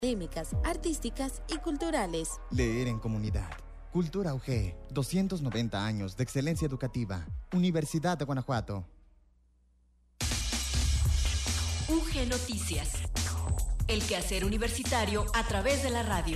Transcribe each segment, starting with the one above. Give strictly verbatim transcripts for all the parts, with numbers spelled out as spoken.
académicas, artísticas y culturales. Leer en comunidad. Cultura U G, doscientos noventa años de excelencia educativa. Universidad de Guanajuato. U G Noticias. El quehacer universitario a través de la radio.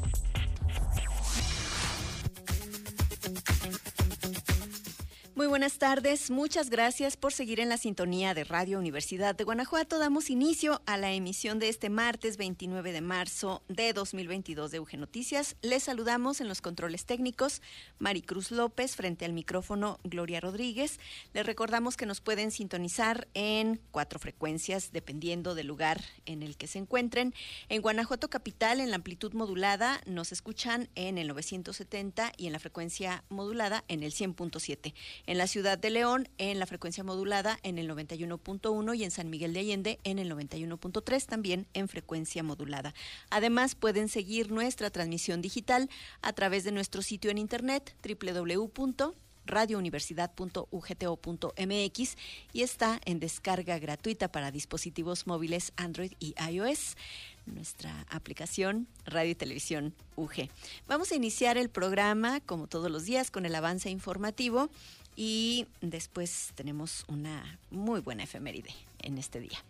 Muy buenas tardes, muchas gracias por seguir en la sintonía de Radio Universidad de Guanajuato. Damos inicio a la emisión de este martes veintinueve de marzo de dos mil veintidós de U G Noticias. Les saludamos en los controles técnicos Maricruz López, frente al micrófono Gloria Rodríguez. Les recordamos que nos pueden sintonizar en cuatro frecuencias dependiendo del lugar en el que se encuentren. En Guanajuato Capital, en la amplitud modulada, nos escuchan en el novecientos setenta y en la frecuencia modulada en el cien punto siete. En la Ciudad de León, en la frecuencia modulada en el noventa y uno punto uno y en San Miguel de Allende en el noventa y uno punto tres, también en frecuencia modulada. Además, pueden seguir nuestra transmisión digital a través de nuestro sitio en internet doble u doble u doble u punto radio universidad punto u g t o punto m x y está en descarga gratuita para dispositivos móviles Android y iOS. Nuestra aplicación Radio y Televisión U G. Vamos a iniciar el programa, como todos los días, con el avance informativo y después tenemos una muy buena efeméride en este día.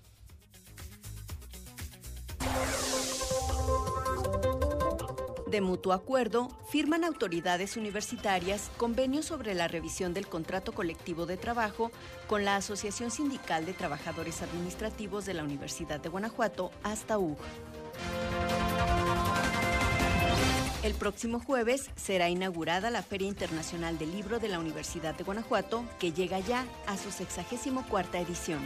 De mutuo acuerdo, firman autoridades universitarias convenio sobre la revisión del contrato colectivo de trabajo con la Asociación Sindical de Trabajadores Administrativos de la Universidad de Guanajuato, hasta U G. El próximo jueves será inaugurada la Feria Internacional del Libro de la Universidad de Guanajuato, que llega ya a su sexagésimo cuarta edición.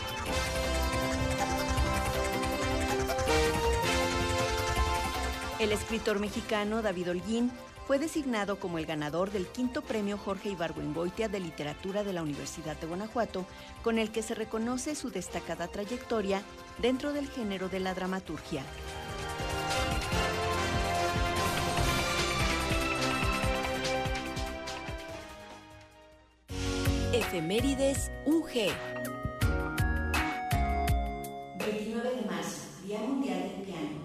El escritor mexicano David Holguín fue designado como el ganador del quinto premio Jorge Ibargüengoitia de Literatura de la Universidad de Guanajuato, con el que se reconoce su destacada trayectoria dentro del género de la dramaturgia. Efemérides U G. veintinueve de marzo, Día Mundial del Piano.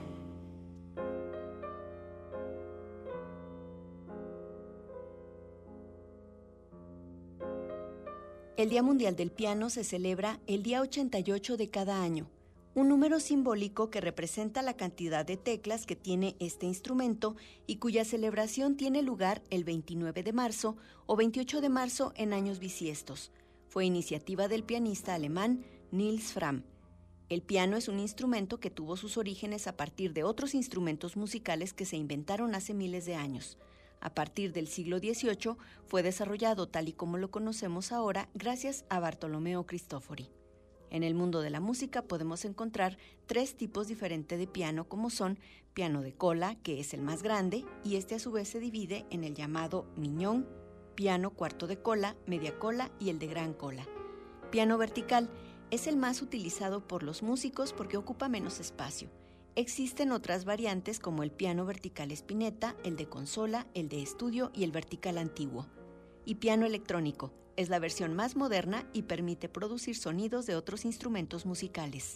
El Día Mundial del Piano se celebra el día ochenta y ocho de cada año, un número simbólico que representa la cantidad de teclas que tiene este instrumento y cuya celebración tiene lugar el veintinueve de marzo o veintiocho de marzo en años bisiestos. Fue iniciativa del pianista alemán Nils Fram. El piano es un instrumento que tuvo sus orígenes a partir de otros instrumentos musicales que se inventaron hace miles de años. A partir del siglo dieciocho fue desarrollado tal y como lo conocemos ahora gracias a Bartolomeo Cristofori. En el mundo de la música podemos encontrar tres tipos diferentes de piano, como son piano de cola, que es el más grande, y este a su vez se divide en el llamado miñón, piano cuarto de cola, media cola y el de gran cola. Piano vertical es el más utilizado por los músicos porque ocupa menos espacio. Existen otras variantes como el piano vertical Spinetta, el de consola, el de estudio y el vertical antiguo. Y piano electrónico es la versión más moderna y permite producir sonidos de otros instrumentos musicales.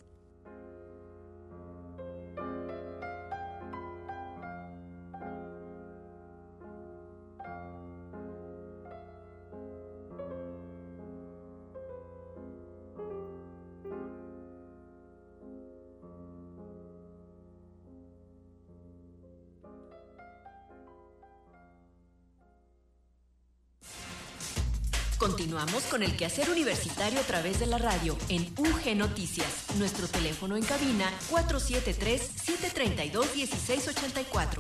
Continuamos con el quehacer universitario a través de la radio en U G Noticias. Nuestro teléfono en cabina cuatro siete tres, siete tres dos, uno seis ocho cuatro.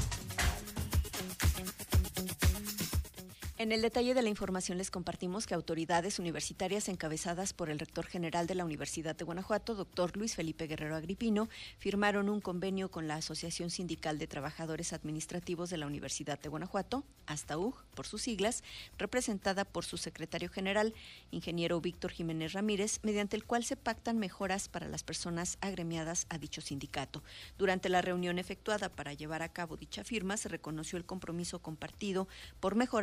En el detalle de la información les compartimos que autoridades universitarias encabezadas por el rector general de la Universidad de Guanajuato, doctor Luis Felipe Guerrero Agripino, firmaron un convenio con la Asociación Sindical de Trabajadores Administrativos de la Universidad de Guanajuato, hasta U G, por sus siglas, representada por su secretario general, ingeniero Víctor Jiménez Ramírez, mediante el cual se pactan mejoras para las personas agremiadas a dicho sindicato. Durante la reunión efectuada para llevar a cabo dicha firma, se reconoció el compromiso compartido por mejorar las condiciones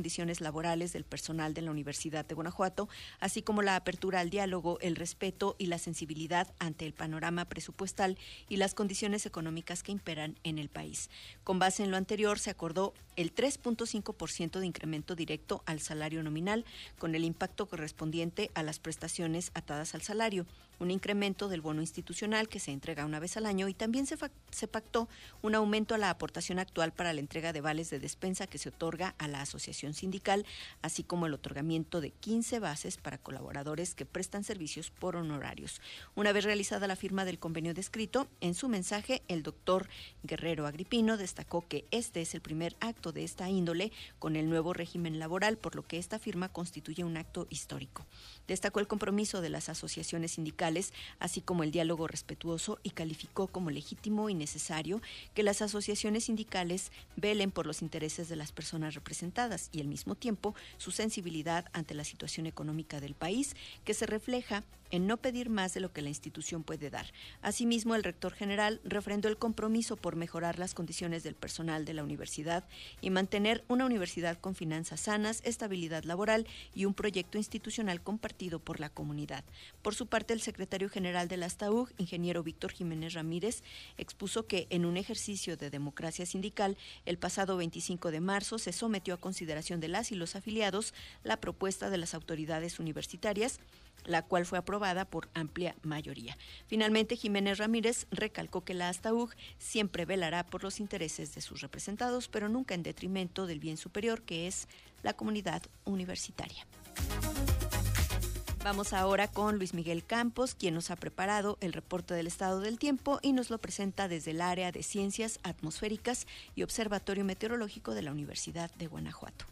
condiciones laborales del personal de la Universidad de Guanajuato, así como la apertura al diálogo, el respeto y la sensibilidad ante el panorama presupuestal y las condiciones económicas que imperan en el país. Con base en lo anterior, se acordó el tres punto cinco por ciento de incremento directo al salario nominal, con el impacto correspondiente a las prestaciones atadas al salario, un incremento del bono institucional que se entrega una vez al año, y también se, se pactó un aumento a la aportación actual para la entrega de vales de despensa que se otorga a la asociación sindical, así como el otorgamiento de quince bases para colaboradores que prestan servicios por honorarios. Una vez realizada la firma del convenio descrito, en su mensaje el doctor Guerrero Agripino destacó que este es el primer acto de esta índole con el nuevo régimen laboral, por lo que esta firma constituye un acto histórico. Destacó el compromiso de las asociaciones sindicales, así como el diálogo respetuoso, y calificó como legítimo y necesario que las asociaciones sindicales velen por los intereses de las personas representadas y al mismo tiempo su sensibilidad ante la situación económica del país, que se refleja en no pedir más de lo que la institución puede dar. Asimismo, el rector general refrendó el compromiso por mejorar las condiciones del personal de la universidad y mantener una universidad con finanzas sanas, estabilidad laboral y un proyecto institucional compartido por la comunidad. Por su parte, el secretario general de la ASTAUG, ingeniero Víctor Jiménez Ramírez, expuso que en un ejercicio de democracia sindical, el pasado veinticinco de marzo se sometió a consideración de las y los afiliados la propuesta de las autoridades universitarias, la cual fue aprobada por amplia mayoría. Finalmente, Jiménez Ramírez recalcó que la ASTAUG siempre velará por los intereses de sus representados, pero nunca en detrimento del bien superior, que es la comunidad universitaria. Vamos ahora con Luis Miguel Campos, quien nos ha preparado el reporte del estado del tiempo y nos lo presenta desde el área de Ciencias Atmosféricas y Observatorio Meteorológico de la Universidad de Guanajuato.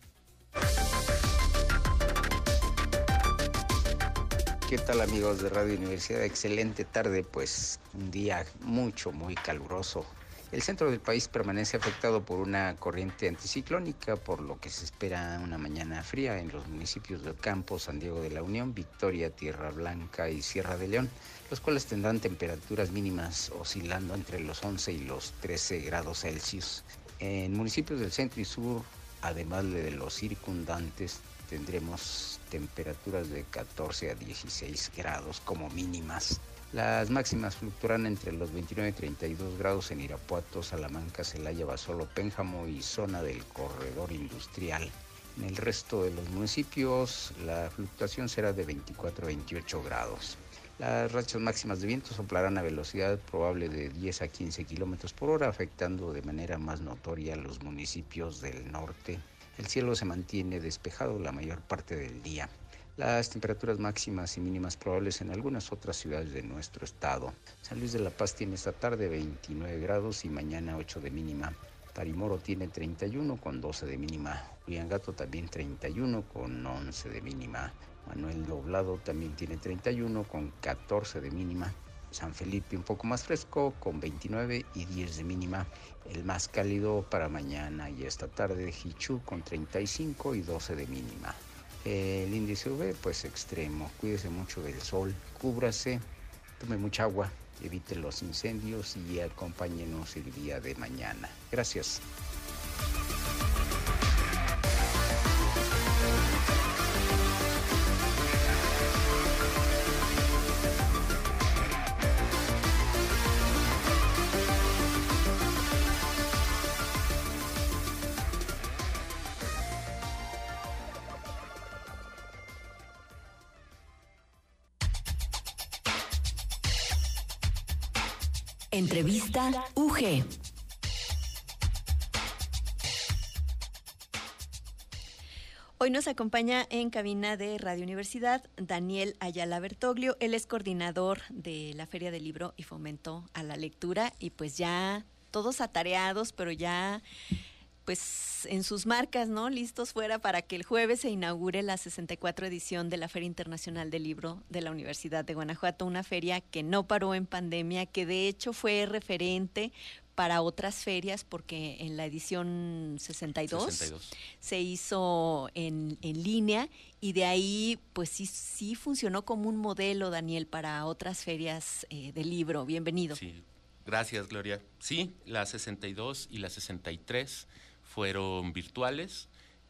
¿Qué tal, amigos de Radio Universidad? Excelente tarde, pues un día mucho, muy caluroso. El centro del país permanece afectado por una corriente anticiclónica, por lo que se espera una mañana fría en los municipios de Ocampo, San Diego de la Unión, Victoria, Tierra Blanca y Sierra de León, los cuales tendrán temperaturas mínimas oscilando entre los once y los trece grados Celsius. En municipios del centro y sur, además de los circundantes, tendremos temperaturas de catorce a dieciséis grados como mínimas. Las máximas fluctuarán entre los veintinueve y treinta y dos grados en Irapuato, Salamanca, Celaya, Basolo, Pénjamo y zona del corredor industrial. En el resto de los municipios la fluctuación será de veinticuatro a veintiocho grados. Las rachas máximas de viento soplarán a velocidad probable de diez a quince kilómetros por hora, afectando de manera más notoria a los municipios del norte. El cielo se mantiene despejado la mayor parte del día. Las temperaturas máximas y mínimas probables en algunas otras ciudades de nuestro estado. San Luis de la Paz tiene esta tarde veintinueve grados y mañana ocho de mínima. Tarimoro tiene treinta y uno con doce de mínima. Uriangato también treinta y uno con once de mínima. Manuel Doblado también tiene treinta y uno con catorce de mínima. San Felipe un poco más fresco con veintinueve y diez de mínima. El más cálido para mañana y esta tarde, Jichú con treinta y cinco y doce de mínima. El índice U V pues extremo. Cuídese mucho del sol, cúbrase, tome mucha agua, evite los incendios y acompáñenos el día de mañana. Gracias. Entrevista U G. Hoy nos acompaña en cabina de Radio Universidad Daniel Ayala Bertoglio. Él es coordinador de la Feria del Libro y Fomento a la Lectura, y pues ya todos atareados, pero ya pues en sus marcas, ¿no? Listos fuera para que el jueves se inaugure la sesenta y cuatro edición de la Feria Internacional del Libro de la Universidad de Guanajuato, una feria que no paró en pandemia, que de hecho fue referente para otras ferias, porque en la edición sesenta y dos, sesenta y dos se hizo en, en línea, y de ahí pues sí, sí funcionó como un modelo, Daniel, para otras ferias eh, de libro. Bienvenido. Sí, gracias, Gloria. Sí, la sesenta y dos y la sesenta y tres fueron virtuales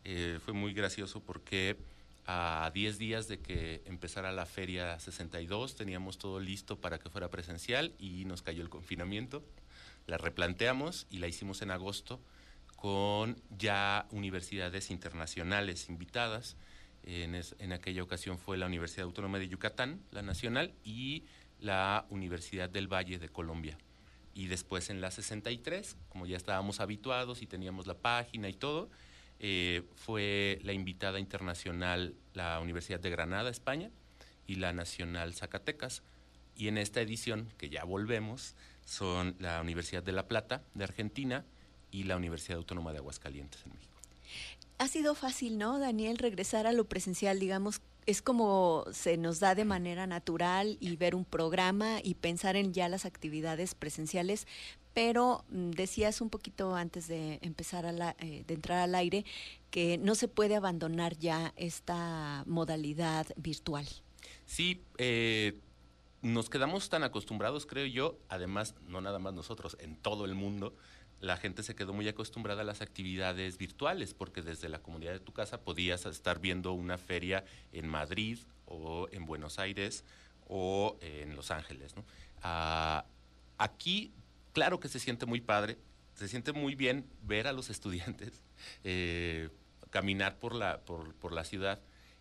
Eh, fue muy gracioso porque a diez días de que empezara la Feria sesenta y dos teníamos todo listo para que fuera presencial y nos cayó el confinamiento. La replanteamos y la hicimos en agosto con ya universidades internacionales invitadas. En, es, en aquella ocasión fue la Universidad Autónoma de Yucatán, la nacional, y la Universidad del Valle de Colombia. Y después en la sesenta y tres, como ya estábamos habituados y teníamos la página y todo, eh, fue la invitada internacional la Universidad de Granada, España, y la Nacional Zacatecas. Y en esta edición, que ya volvemos, son la Universidad de La Plata, de Argentina, y la Universidad Autónoma de Aguascalientes, en México. Ha sido fácil, ¿no, Daniel, regresar a lo presencial? Digamos, es como se nos da de manera natural y ver un programa y pensar en ya las actividades presenciales, pero decías un poquito antes de empezar a la, eh, de entrar al aire que no se puede abandonar ya esta modalidad virtual. Sí, eh, nos quedamos tan acostumbrados, creo yo, además, no nada más nosotros, en todo el mundo, la gente se quedó muy acostumbrada a las actividades virtuales, porque desde la comodidad de tu casa podías estar viendo una feria en Madrid o en Buenos Aires o en Los Ángeles, ¿no? Ah, aquí, claro que se siente muy padre, se siente muy bien ver a los estudiantes eh, caminar por la, por, por la ciudad,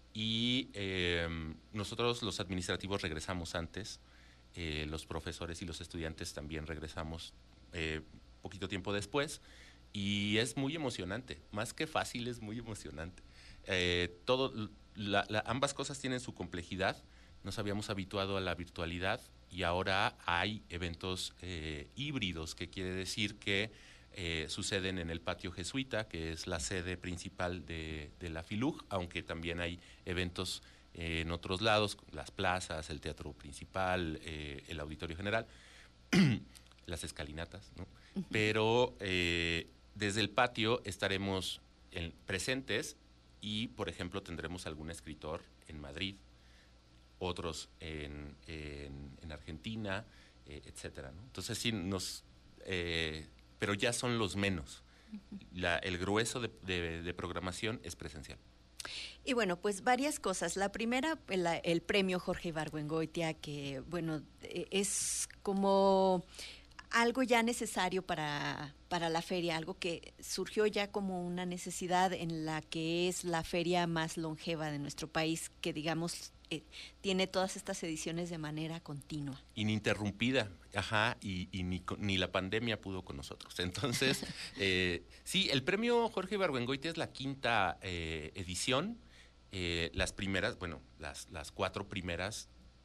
y eh, nosotros los administrativos regresamos antes, eh, los profesores y los estudiantes también regresamos eh, poquito tiempo después, y es muy emocionante, más que fácil, es muy emocionante. Eh, todo, la, la, ambas cosas tienen su complejidad. Nos habíamos habituado a la virtualidad y ahora hay eventos eh, híbridos, que quiere decir que eh, suceden en el patio jesuita, que es la sede principal de, de la FILUG, aunque también hay eventos eh, en otros lados, las plazas, el teatro principal, eh, el auditorio general, las escalinatas, ¿no? Pero eh, desde el patio estaremos en, presentes y, por ejemplo, tendremos algún escritor en Madrid, otros en, en, en Argentina, eh, etcétera, ¿no? Entonces sí, nos, eh, pero ya son los menos. La, el grueso de, de, de programación es presencial. Y bueno, pues varias cosas. La primera, el, el premio Jorge Ibargüengoitia, que bueno, es como algo ya necesario para, para la feria, algo que surgió ya como una necesidad en la que es la feria más longeva de nuestro país, que digamos eh, tiene todas estas ediciones de manera continua. Ininterrumpida, ajá, y, y ni, ni la pandemia pudo con nosotros. Entonces, eh, sí, el premio Jorge Ibargüengoitia es la quinta eh, edición. Eh, las primeras, bueno, las, las cuatro primeras,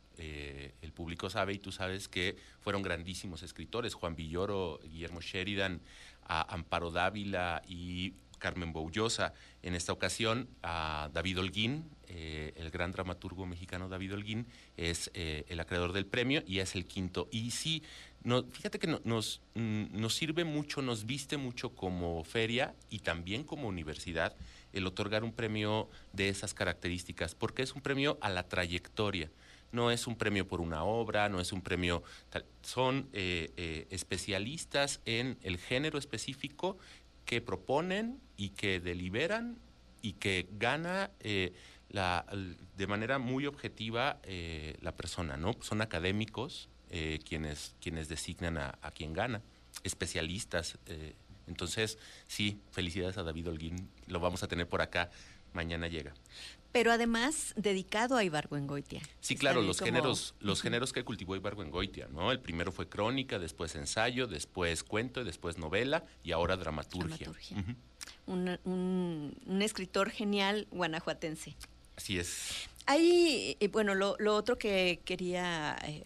Eh, el público sabe y tú sabes que fueron grandísimos escritores, Juan Villoro, Guillermo Sheridan, a Amparo Dávila y Carmen Boullosa. En esta ocasión a David Holguín, eh, el gran dramaturgo mexicano David Holguín es eh, el acreedor del premio y es el quinto. Y sí, no, fíjate que no, nos, mm, nos sirve mucho, nos viste mucho como feria y también como universidad el otorgar un premio de esas características, porque es un premio a la trayectoria. No es un premio por una obra, no es un premio tal, son eh, eh, especialistas en el género específico que proponen y que deliberan y que gana eh, la, de manera muy objetiva eh, la persona, ¿no? Son académicos eh, quienes, quienes designan a, a quien gana, especialistas. Eh, entonces, sí, felicidades a David Holguín, lo vamos a tener por acá, mañana llega. Pero además dedicado a Ibargüengoitia. Sí, claro, los como... géneros, los uh-huh. géneros que cultivó Ibargüengoitia, ¿no? El primero fue crónica, después ensayo, después cuento, después novela y ahora dramaturgia. dramaturgia. Uh-huh. un, un, un escritor genial guanajuatense. Así es. Hay, bueno, lo, lo otro que quería eh,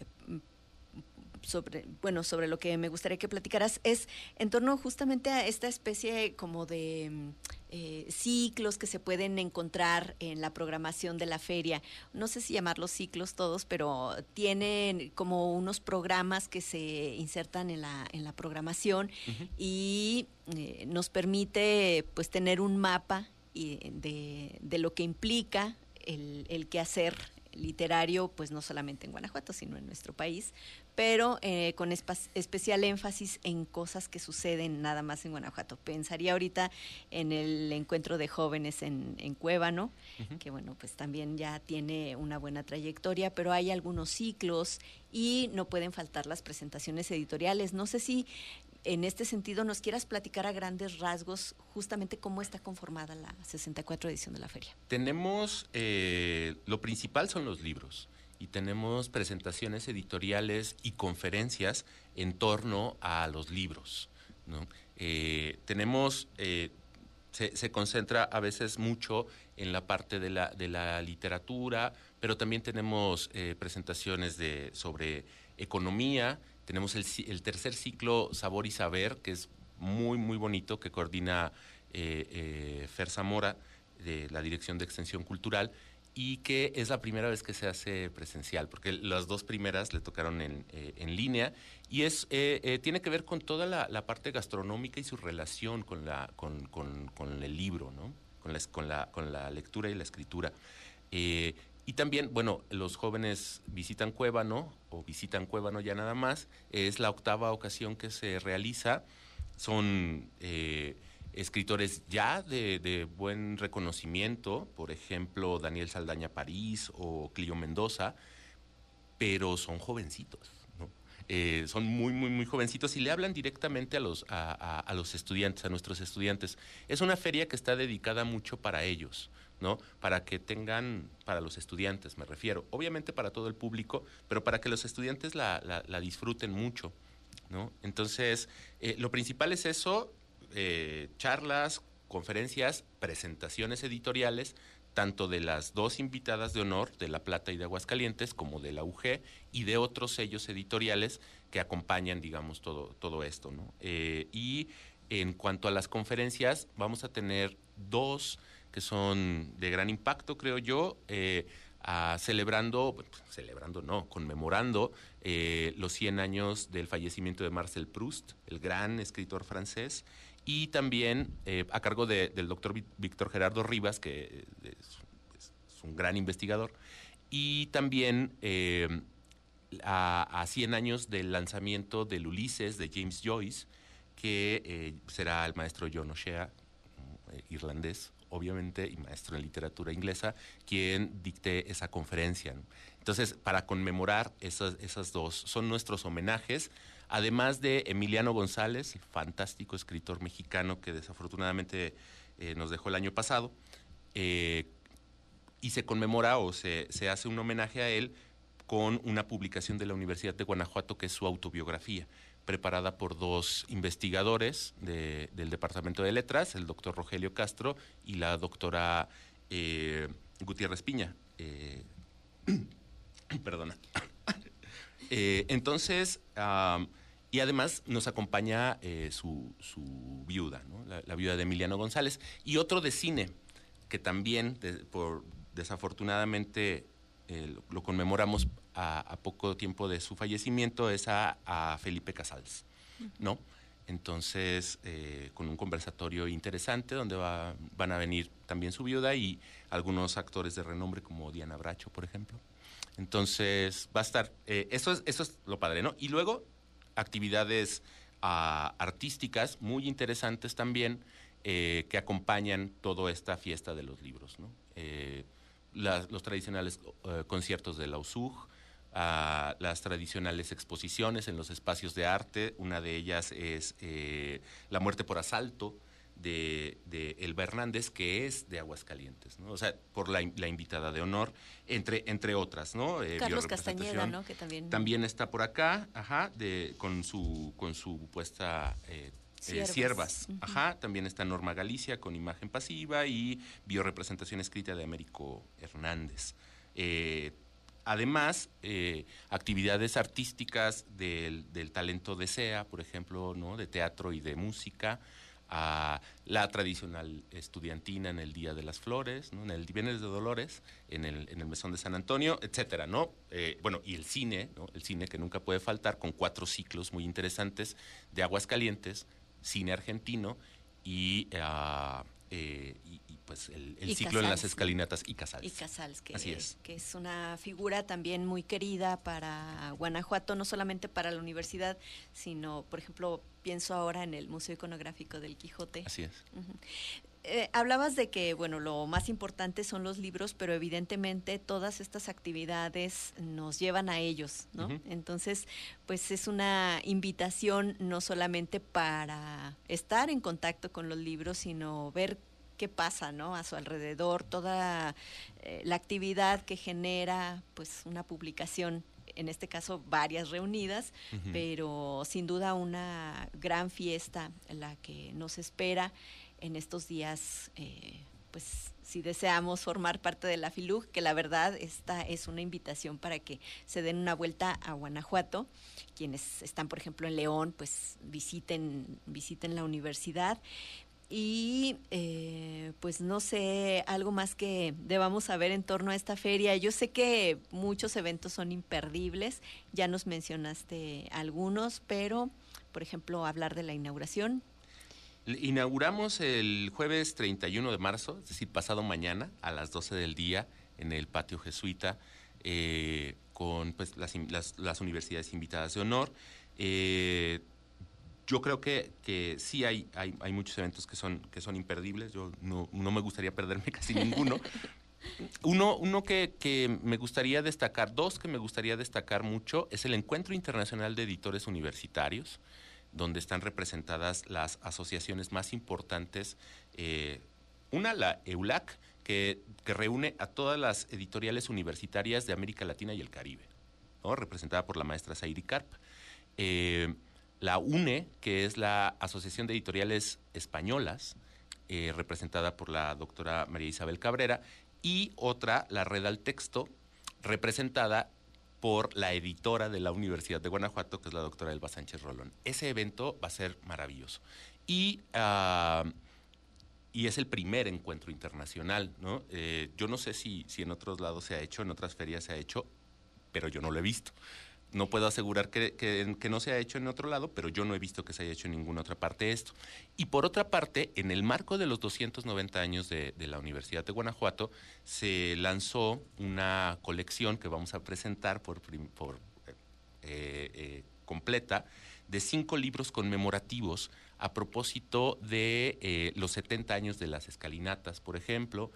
sobre, bueno, sobre lo que me gustaría que platicaras es en torno justamente a esta especie como de eh, ciclos que se pueden encontrar en la programación de la feria. No sé si llamarlos ciclos todos, pero tienen como unos programas que se insertan en la, en la programación uh-huh. y eh, nos permite pues tener un mapa y de, de lo que implica el, el quehacer literario, pues no solamente en Guanajuato, sino en nuestro país, pero eh, con espa- especial énfasis en cosas que suceden nada más en Guanajuato. Pensaría ahorita en el encuentro de jóvenes en, en Cuébano, uh-huh. que bueno, pues también ya tiene una buena trayectoria, pero hay algunos ciclos y no pueden faltar las presentaciones editoriales. No sé si en este sentido nos quieras platicar a grandes rasgos justamente cómo está conformada la sesenta y cuatro edición de la feria. Tenemos, eh, lo principal son los libros y tenemos presentaciones editoriales y conferencias en torno a los libros, ¿no? Eh, tenemos, eh, se, se concentra a veces mucho en la parte de la, de la literatura, pero también tenemos eh, presentaciones de, sobre economía. Tenemos el, el tercer ciclo Sabor y Saber, que es muy, muy bonito, que coordina eh, eh, Fer Zamora, de la Dirección de Extensión Cultural, y que es la primera vez que se hace presencial, porque las dos primeras le tocaron en, eh, en línea, y es eh, eh, tiene que ver con toda la, la parte gastronómica y su relación con, la, con, con, con el libro, ¿no? Con, la, con, la, con la lectura y la escritura. Eh, Y también, bueno, los jóvenes visitan Cuébano, o visitan Cuébano ya nada más, es la octava ocasión que se realiza, son eh, escritores ya de, de buen reconocimiento, por ejemplo, Daniel Saldaña París o Clio Mendoza, pero son jovencitos, ¿no? Eh, son muy, muy, muy jovencitos y le hablan directamente a los, a, a, a los estudiantes, a nuestros estudiantes. Es una feria que está dedicada mucho para ellos, ¿no? Para que tengan, para los estudiantes me refiero, obviamente para todo el público, pero para que los estudiantes la, la, la disfruten mucho, ¿no? Entonces, eh, lo principal es eso, eh, charlas, conferencias, presentaciones editoriales, tanto de las dos invitadas de honor, de La Plata y de Aguascalientes, como de la U G y de otros sellos editoriales que acompañan, digamos, todo, todo esto, ¿no? Eh, y en cuanto a las conferencias, vamos a tener dos que son de gran impacto, creo yo, eh, a, celebrando, bueno, celebrando no, conmemorando eh, los cien años del fallecimiento de Marcel Proust, el gran escritor francés, y también eh, a cargo de, del doctor Víctor Gerardo Rivas, que es, es un gran investigador, y también eh, a, a cien años del lanzamiento del Ulises de James Joyce, que eh, será el maestro John O'Shea, eh, irlandés, obviamente, y maestro en literatura inglesa, quien dicte esa conferencia, ¿no? Entonces, para conmemorar esas, esas dos, son nuestros homenajes, además de Emiliano González, el fantástico escritor mexicano que desafortunadamente eh, nos dejó el año pasado, eh, y se conmemora o se, se hace un homenaje a él con una publicación de la Universidad de Guanajuato, que es su autobiografía, preparada por dos investigadores de, del Departamento de Letras, el doctor Rogelio Castro y la doctora eh, Gutiérrez Piña. Eh, perdona. eh, entonces, um, y además nos acompaña eh, su, su viuda, ¿no? la, la viuda de Emiliano González. Y otro de cine, que también, de, por desafortunadamente, eh, lo, lo conmemoramos a, a poco tiempo de su fallecimiento, es a, a Felipe Casals, ¿no? Entonces, eh, con un conversatorio interesante donde va, van a venir también su viuda y algunos actores de renombre como Diana Bracho, por ejemplo. Entonces, va a estar, eh, eso, es, eso es lo padre, ¿no? Y luego, actividades uh, artísticas muy interesantes también eh, que acompañan toda esta fiesta de los libros, ¿no? Eh, la, los tradicionales uh, conciertos de la U S U G, a las tradicionales exposiciones en los espacios de arte. Una de ellas es eh, La muerte por asalto de, de Elba Hernández, que es de Aguascalientes, ¿no? O sea, por la, la invitada de honor, entre, entre otras, ¿no? Eh, Carlos Castañeda, ¿no? Que también... también está por acá, ajá, de, con su con su puesta eh, Siervas. Eh, Siervas. Uh-huh. Ajá, también está Norma Galicia con imagen pasiva y biorepresentación escrita de Américo Hernández. Eh, Además, eh, actividades artísticas del, del talento de S E A, por ejemplo, ¿no? De teatro y de música, a la tradicional estudiantina en el Día de las Flores, ¿no? En el Viernes de Dolores, en el, en el Mesón de San Antonio, etcétera, ¿no? Eh, bueno, y el cine, ¿no? El cine que nunca puede faltar, con cuatro ciclos muy interesantes de Aguascalientes, cine argentino y uh, eh, y, y pues el, el y ciclo Casals, en las escalinatas y Casals. Y Casals, que, Así es. que es una figura también muy querida para Guanajuato, no solamente para la universidad, sino, por ejemplo, pienso ahora en el Museo Iconográfico del Quijote. Así es. Uh-huh. Eh, hablabas de que, bueno, lo más importante son los libros, pero evidentemente todas estas actividades nos llevan a ellos, ¿no? Uh-huh. Entonces, pues es una invitación no solamente para estar en contacto con los libros, sino ver qué pasa, ¿no? A su alrededor, toda eh, la actividad que genera, pues, una publicación, en este caso varias reunidas, uh-huh. pero sin duda una gran fiesta la que nos espera en estos días, eh, pues si deseamos formar parte de la F I L U G, que la verdad esta es una invitación para que se den una vuelta a Guanajuato. Quienes están, por ejemplo, en León, pues visiten, visiten la universidad. Y eh, pues no sé, algo más que debamos saber en torno a esta feria. Yo sé que muchos eventos son imperdibles, ya nos mencionaste algunos, pero, por ejemplo, hablar de la inauguración. Inauguramos el jueves treinta y uno de marzo, es decir, pasado mañana, a las doce del día, en el patio jesuita, eh, con pues, las, las, las universidades invitadas de honor. Eh, yo creo que, que sí hay, hay, hay muchos eventos que son, que son imperdibles, yo no, no me gustaría perderme casi ninguno. Uno, uno que, que me gustaría destacar, dos que me gustaría destacar mucho, es el Encuentro Internacional de Editores Universitarios, donde están representadas las asociaciones más importantes. Eh, una, la EULAC, que, que reúne a todas las editoriales universitarias de América Latina y el Caribe, ¿no? Representada por la maestra Zairi Karp. Eh, la UNE, que es la Asociación de Editoriales Españolas, eh, representada por la doctora María Isabel Cabrera. Y otra, la Red al Texto, representada por la editora de la Universidad de Guanajuato, que es la doctora Elba Sánchez Rolón. Ese evento va a ser maravilloso. Y, uh, y es el primer encuentro internacional, ¿no? Eh, yo no sé si, si en otros lados se ha hecho, en otras ferias se ha hecho, pero yo no lo he visto. No puedo asegurar que, que, que no se ha hecho en otro lado, pero yo no he visto que se haya hecho en ninguna otra parte esto. Y por otra parte, en el marco de los doscientos noventa años de, de la Universidad de Guanajuato, se lanzó una colección que vamos a presentar por, por eh, eh, completa, de cinco libros conmemorativos a propósito de eh, los setenta años de las escalinatas, por ejemplo,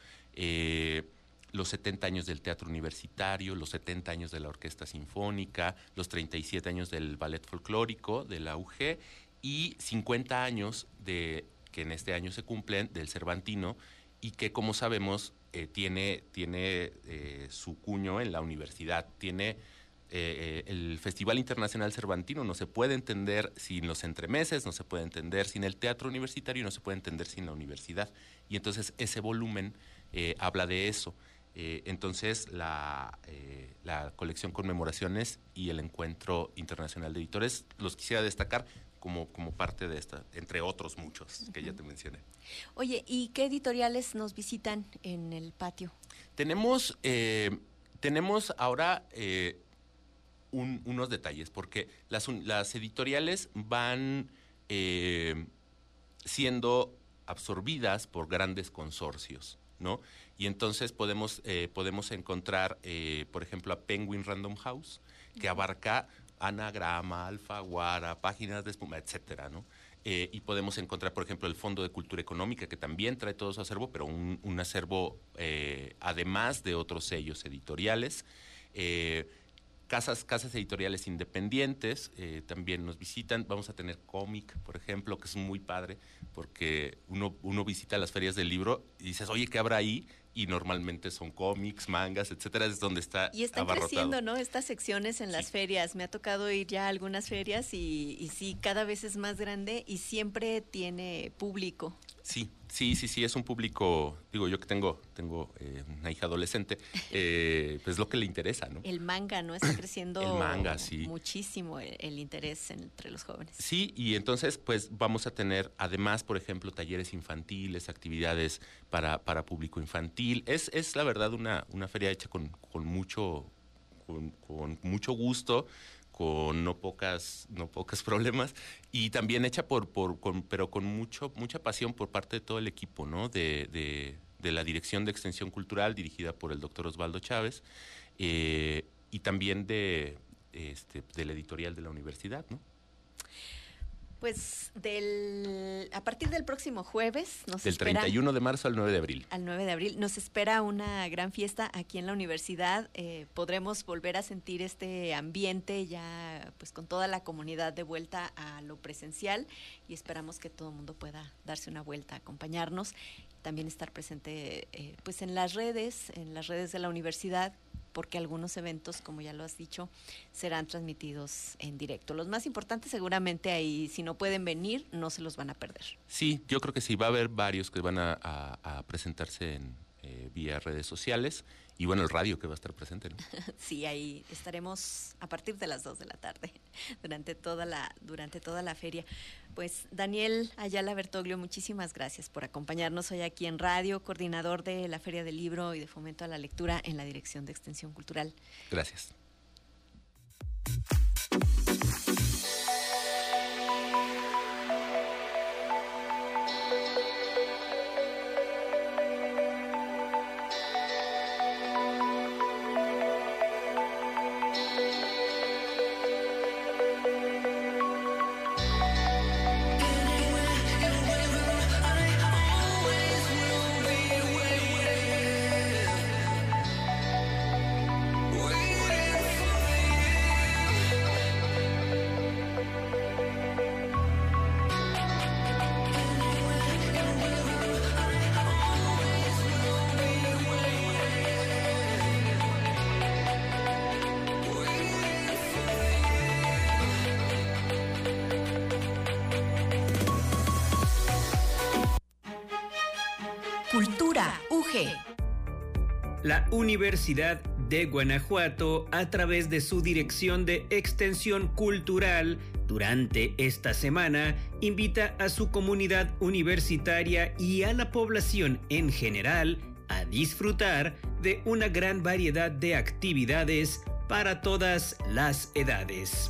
eh, los setenta años del teatro universitario, los setenta años de la orquesta sinfónica, los treinta y siete años del ballet folclórico de la U G y cincuenta años de que en este año se cumplen del Cervantino y que, como sabemos, eh, tiene, tiene eh, su cuño en la universidad. Tiene eh, el Festival Internacional Cervantino, no se puede entender sin los entremeses, no se puede entender sin el teatro universitario y no se puede entender sin la universidad. Y entonces ese volumen eh, habla de eso. Eh, entonces, la, eh, la colección Conmemoraciones y el Encuentro Internacional de Editores los quisiera destacar como, como parte de esta, entre otros muchos que uh-huh. ya te mencioné. Oye, ¿y qué editoriales nos visitan en el patio? Tenemos, eh, tenemos ahora eh, un, unos detalles, porque las, las editoriales van eh, siendo absorbidas por grandes consorcios, ¿no? Y entonces podemos, eh, podemos encontrar, eh, por ejemplo, a Penguin Random House, que abarca Anagrama, Alfaguara, Páginas de Espuma, etcétera, ¿no? Eh, y podemos encontrar, por ejemplo, el Fondo de Cultura Económica, que también trae todo su acervo, pero un, un acervo eh, además de otros sellos editoriales. Eh, Casas, casas editoriales independientes eh, también nos visitan. Vamos a tener cómic, por ejemplo, que es muy padre, porque uno, uno visita las ferias del libro y dices, oye, ¿qué habrá ahí? Y normalmente son cómics, mangas, etcétera, es donde está y están abarrotado. Creciendo, ¿no? Estas secciones en las sí. ferias. Me ha tocado ir ya a algunas ferias y, y sí, cada vez es más grande y siempre tiene público. Sí, sí, sí, sí, es un público, digo, yo que tengo tengo eh, una hija adolescente, eh, pues lo que le interesa, ¿no? El manga, ¿no? Está creciendo el manga, sí. muchísimo el, el interés entre los jóvenes. Sí, y entonces, pues vamos a tener, además, por ejemplo, talleres infantiles, actividades para, para público infantil. Es, es la verdad una, una feria hecha con, con mucho, con, con mucho gusto, con no pocas, no pocos problemas, y también hecha por, por con, pero con mucho, mucha pasión por parte de todo el equipo, ¿no? De, de, de la Dirección de Extensión Cultural, dirigida por el doctor Osvaldo Chávez, eh, y también de, este, de la editorial de la universidad, ¿no? Pues del a partir del próximo jueves nos Del espera, treinta y uno de marzo al nueve de abril. Al nueve de abril nos espera una gran fiesta aquí en la universidad. Eh, podremos volver a sentir este ambiente ya pues con toda la comunidad de vuelta a lo presencial y esperamos que todo el mundo pueda darse una vuelta, acompañarnos, también estar presente eh, pues en las redes, en las redes de la universidad, porque algunos eventos, como ya lo has dicho, serán transmitidos en directo. Los más importantes seguramente ahí, si no pueden venir, no se los van a perder. Sí, yo creo que sí, va a haber varios que van a, a, a presentarse en, eh, vía redes sociales, y bueno, el radio que va a estar presente, ¿no? Sí, ahí estaremos a partir de las dos de la tarde, durante toda la, durante toda la feria. Pues Daniel Ayala Bertoglio, muchísimas gracias por acompañarnos hoy aquí en radio, coordinador de la Feria del Libro y de Fomento a la Lectura en la Dirección de Extensión Cultural. Gracias. Cultura U G. La Universidad de Guanajuato, a través de su Dirección de Extensión Cultural, durante esta semana, invita a su comunidad universitaria y a la población en general a disfrutar de una gran variedad de actividades para todas las edades.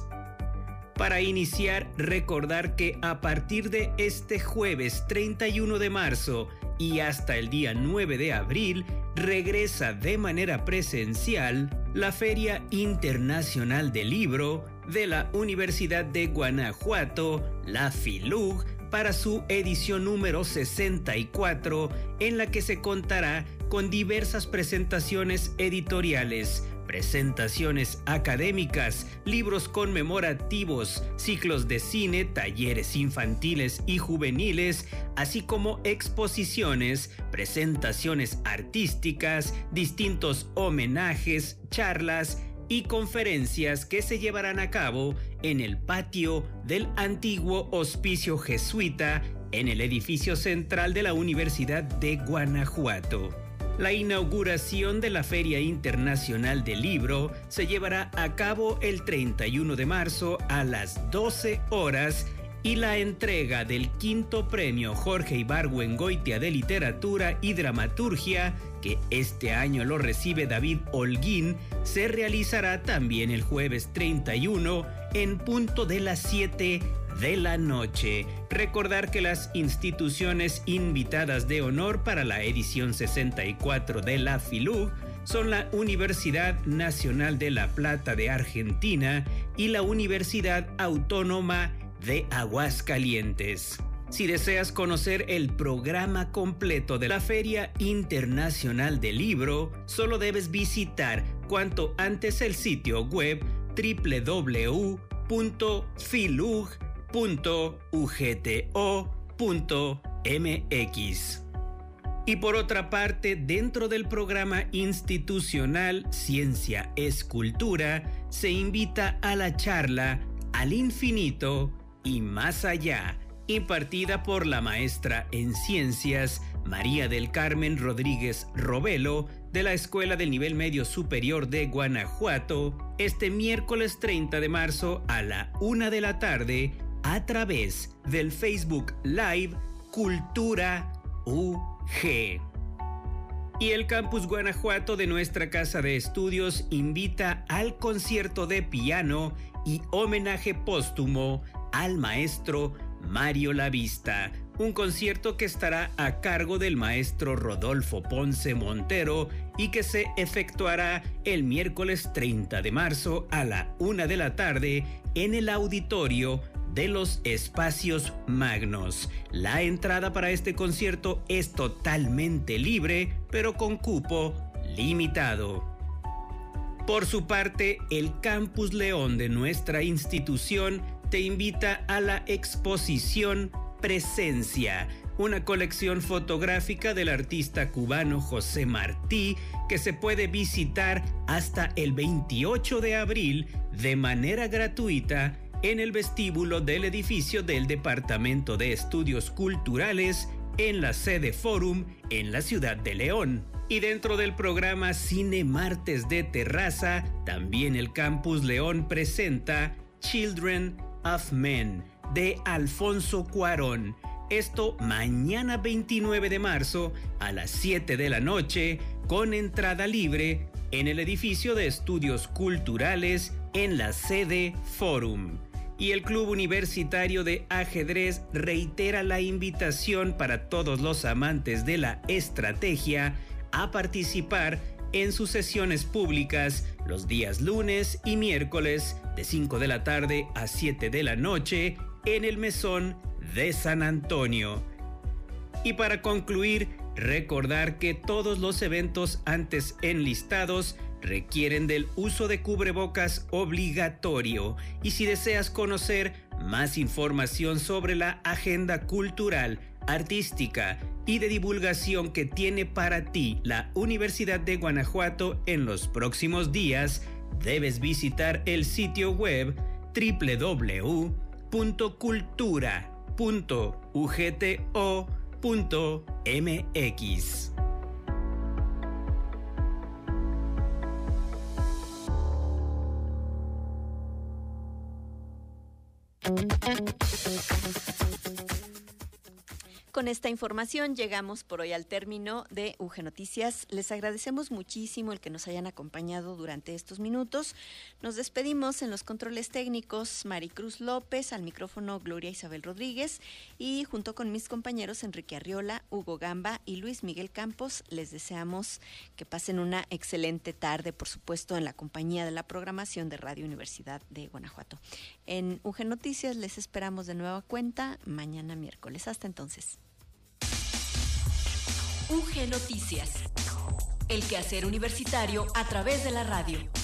Para iniciar, recordar que a partir de este jueves treinta y uno de marzo y hasta el día nueve de abril, regresa de manera presencial la Feria Internacional del Libro de la Universidad de Guanajuato, la FILUG, para su edición número sesenta y cuatro, en la que se contará con diversas presentaciones editoriales, presentaciones académicas, libros conmemorativos, ciclos de cine, talleres infantiles y juveniles, así como exposiciones, presentaciones artísticas, distintos homenajes, charlas y conferencias que se llevarán a cabo en el patio del antiguo hospicio jesuita en el edificio central de la Universidad de Guanajuato. La inauguración de la Feria Internacional del Libro se llevará a cabo el treinta y uno de marzo a las doce horas y la entrega del quinto premio Jorge Ibargüengoitia de Literatura y Dramaturgia, que este año lo recibe David Holguín, se realizará también el jueves treinta y uno en punto de las siete de la noche. Recordar que las instituciones invitadas de honor para la edición sesenta y cuatro de la FILUG son la Universidad Nacional de La Plata de Argentina y la Universidad Autónoma de Aguascalientes. Si deseas conocer el programa completo de la Feria Internacional del Libro, solo debes visitar cuanto antes el sitio web doble u doble u doble u punto filug punto u g t o punto m x. Y por otra parte, dentro del programa institucional Ciencia es Cultura, se invita a la charla Al Infinito y Más Allá, impartida por la maestra en Ciencias María del Carmen Rodríguez Robelo, de la Escuela del Nivel Medio Superior de Guanajuato, este miércoles treinta de marzo a la una de la tarde, a través del Facebook Live Cultura U G. Y el Campus Guanajuato de nuestra Casa de Estudios invita al concierto de piano y homenaje póstumo al maestro Mario Lavista, un concierto que estará a cargo del maestro Rodolfo Ponce Montero y que se efectuará el miércoles treinta de marzo a la una de la tarde en el auditorio de los Espacios Magnos. La entrada para este concierto es totalmente libre, pero con cupo limitado. Por su parte, el Campus León de nuestra institución te invita a la exposición Presencia, una colección fotográfica del artista cubano José Martí que se puede visitar hasta el veintiocho de abril de manera gratuita en el vestíbulo del edificio del Departamento de Estudios Culturales en la sede Forum en la ciudad de León. Y dentro del programa Cine Martes de Terraza, también el Campus León presenta Children of Men de Alfonso Cuarón. Esto mañana veintinueve de marzo a las siete de la noche con entrada libre en el edificio de Estudios Culturales en la sede Forum. Y el Club Universitario de Ajedrez reitera la invitación para todos los amantes de la estrategia a participar en sus sesiones públicas los días lunes y miércoles de cinco de la tarde a siete de la noche en el Mesón de San Antonio. Y para concluir, recordar que todos los eventos antes enlistados requieren del uso de cubrebocas obligatorio. Y si deseas conocer más información sobre la agenda cultural, artística y de divulgación que tiene para ti la Universidad de Guanajuato en los próximos días, debes visitar el sitio web doble u doble u doble u punto cultura punto u g t o punto m x. Con esta información llegamos por hoy al término de U G Noticias. Les agradecemos muchísimo el que nos hayan acompañado durante estos minutos. Nos despedimos en los controles técnicos Maricruz López, al micrófono Gloria Isabel Rodríguez y junto con mis compañeros Enrique Arriola, Hugo Gamba y Luis Miguel Campos les deseamos que pasen una excelente tarde, por supuesto en la compañía de la programación de Radio Universidad de Guanajuato. En U G Noticias les esperamos de nueva cuenta mañana miércoles. Hasta entonces. U G Noticias. El quehacer universitario a través de la radio.